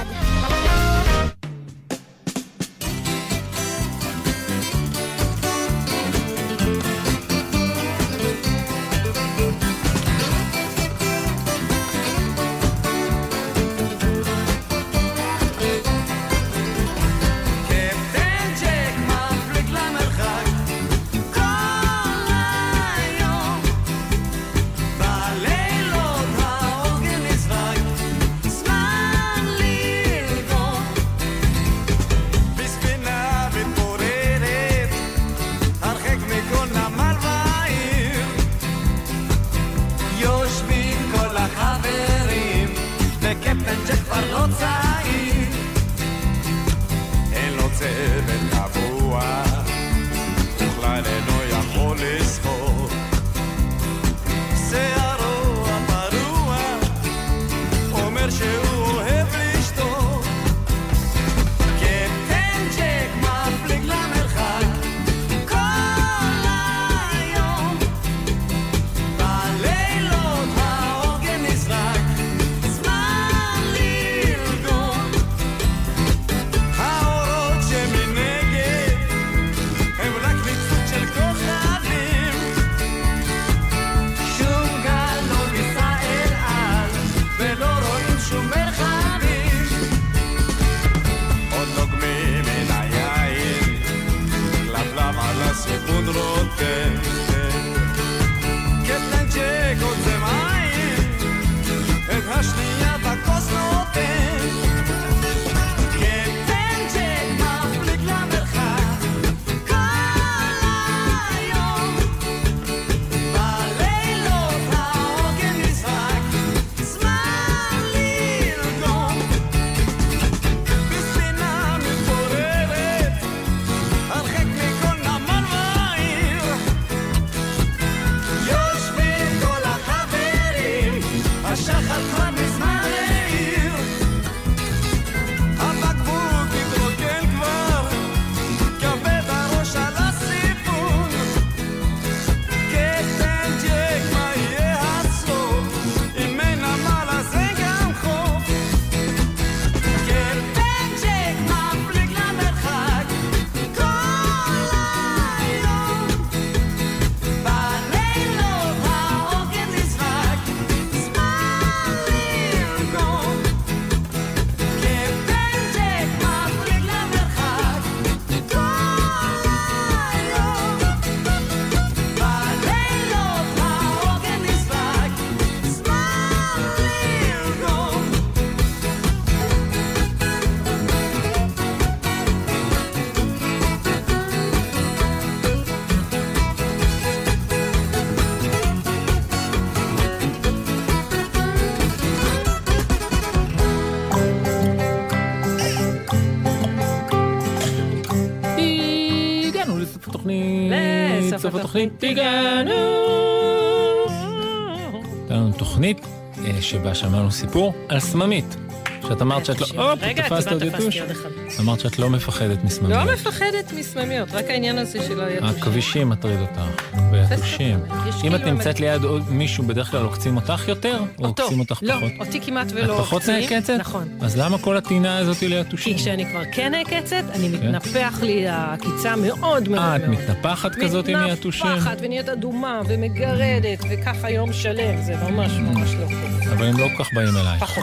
סוף התוכנית הגענו. הייתה לנו תוכנית שבה שמענו סיפור על סממית. שאת אמרת שאת לא... הופ, תפסת עוד יתוש. אמרת שאת לא מפחדת מסממיות. לא מפחדת מסממיות, רק העניין הזה של היתושים. הכבישים מטריד אותך, ויתושים. אם את נמצאת ליד מישהו, בדרך כלל עוקצים אותך יותר, או עוקצים אותך פחות? לא, אותי כמעט ולא עוקצים. את פחות נעקצת? נכון. אז למה כל הטינה הזאת היא ליתושים? כי כשאני כבר כן נעקצת, אני מתנפח לי העקיצה מאוד מאוד. אה, את מתנפחת כזאת עם יתושים? מתנפחת ונהיית אדומה ומגרדת, וככה יום שלם, זה ממש ממש לא טוב. אבל הם לא כל כך באים אליי. פחות.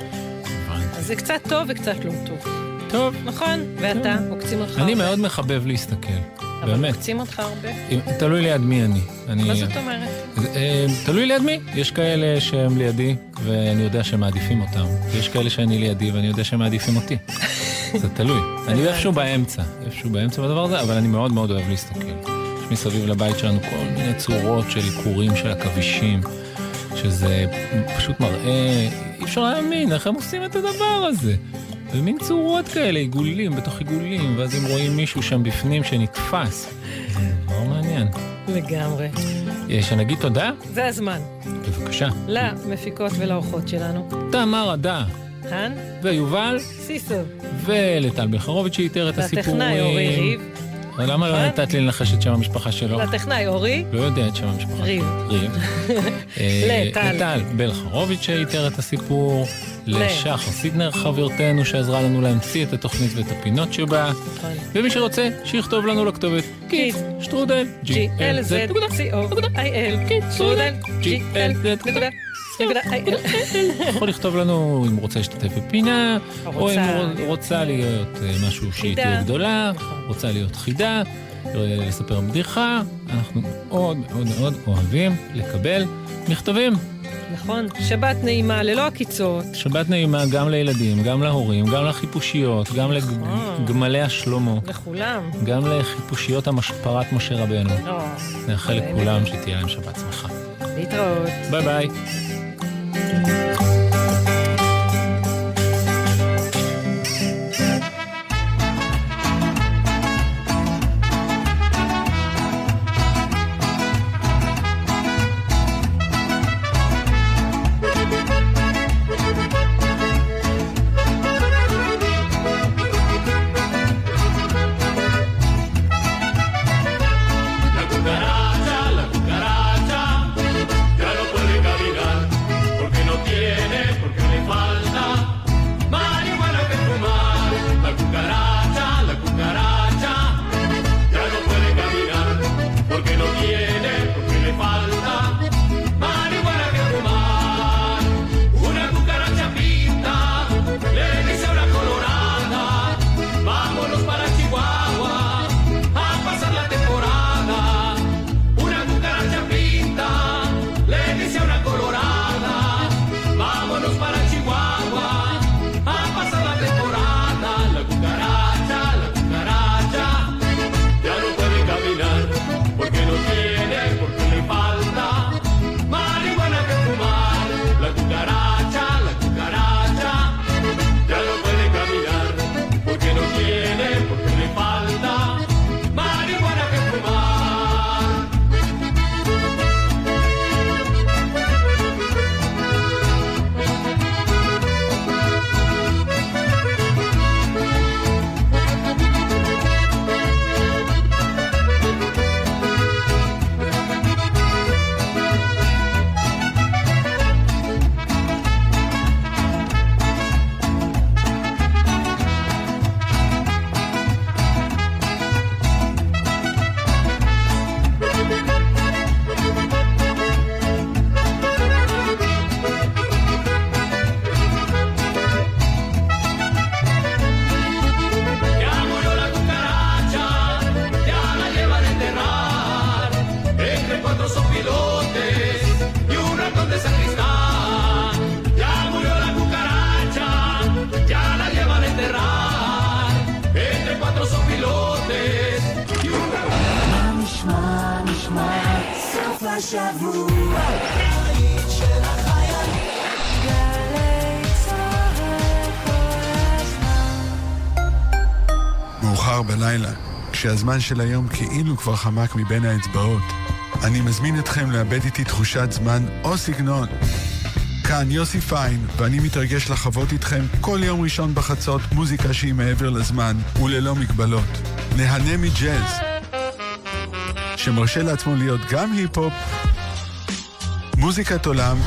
זה קצת טוב וקצת לא טוב. טוב. נכון, ואתה, עוקצים אותך הרבה. אני מאוד מחבב להסתכל. אבל באמת. עוקצים אותך הרבה? תלוי ליד מי אני. מה זאת אומרת? תלוי ליד מי. יש כאלה שהם לידי, ואני יודע שהם מעדיפים אותם. ויש כאלה שאני לידי, ואני יודע שהם מעדיפים אותי. זה תלוי. אני איפשהו באמצע. איפשהו באמצע בדבר הזה, אבל אני מאוד מאוד אוהב להסתכל. יש מסביב לבית שלנו כל מיני צורות של קורים של הכבישים. שזה פשוט מראה, אי אפשר להאמין, איך הם עושים את הדבר הזה. ומין צורות כאלה, עיגולים בתוך עיגולים, ואז הם רואים מישהו שם בפנים שנתפס. זה דבר מעניין. לגמרי. שנגיד תודה? זה הזמן. בבקשה. למפיקות ולאורחות שלנו. תמר עדה. הן? ויובל. סיסו. ולטל בלחרוביץ' שאיתר את הסיפורים. והטכנאי אורי ריב. למה לא נתת לי לנחש את שם המשפחה שלו? לטכנאי אורי. לא יודע את שם המשפחה. ריב. ריב. לטל. לטל בלחרוביץ' שאיתר את הסיפור. לשחר סידנר חברתנו שעזרה לנו להמציא את התוכנית ואת הפינות שבה. ומי שרוצה, שיכתוב לנו לכתובת קיט שטרודל ג'י אל זד נקודה סי או נקודה איי אל קיט שטרודל ג'י אל זד נקודה יכול לכתוב לנו אם רוצה להשתתף בפינה, או אם רוצה להיות משהו שהיא תהיה גדולה, רוצה להיות חידה, לספר בדיחה. אנחנו מאוד מאוד מאוד אוהבים לקבל מכתבים. נכון, שבת נעימה ללא הקיצות. שבת נעימה גם לילדים, גם להורים, גם לחיפושיות, גם לגמלי השלומו. לכולם. גם לחיפושיות המשפרת משה רבנו. נאחל לכולם שתהיה להם שבת שמחה. להתראות. ביי ביי. מאוחר בלילה, כשהזמן של היום כאילו כבר חמק מבין האצבעות, אני מזמין אתכם לאבד איתי תחושת זמן או סגנון. כאן יוסי פיין, ואני מתרגש לחוות איתכם כל יום ראשון בחצות מוזיקה שהיא מעבר לזמן וללא מגבלות. נהנה מג'אז, שמרשה לעצמו להיות גם היפ-הופ, מוזיקת עולם,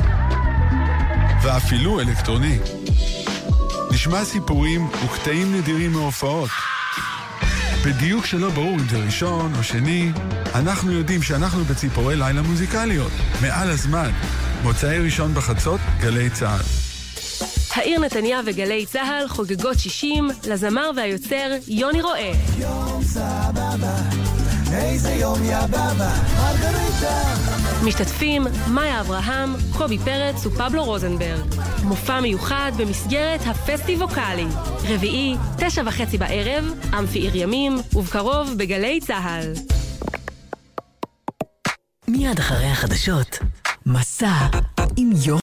ואפילו אלקטרוני. נשמע סיפורים וקטעים נדירים מהופעות. בדיוק שלא ברור אם זה ראשון או שני, אנחנו יודעים שאנחנו בציפורי לילה מוזיקליות. מעל הזמן. מוצאי ראשון בחצות, גלי צהל. העיר נתניה וגלי צהל חוגגות שישים לזמר והיוצר יוני רואה. יום סבבה, איזה יום יא בבא, מרגריטה. משתתפים מאיה אברהם, קובי פרץ ופבלו רוזנברג. מופע מיוחד במסגרת הפסטיבוקלי. רביעי, תשע וחצי בערב, אמפי עיר ימים, ובקרוב בגלי צהל. מיד אחרי החדשות, מסע עם יום.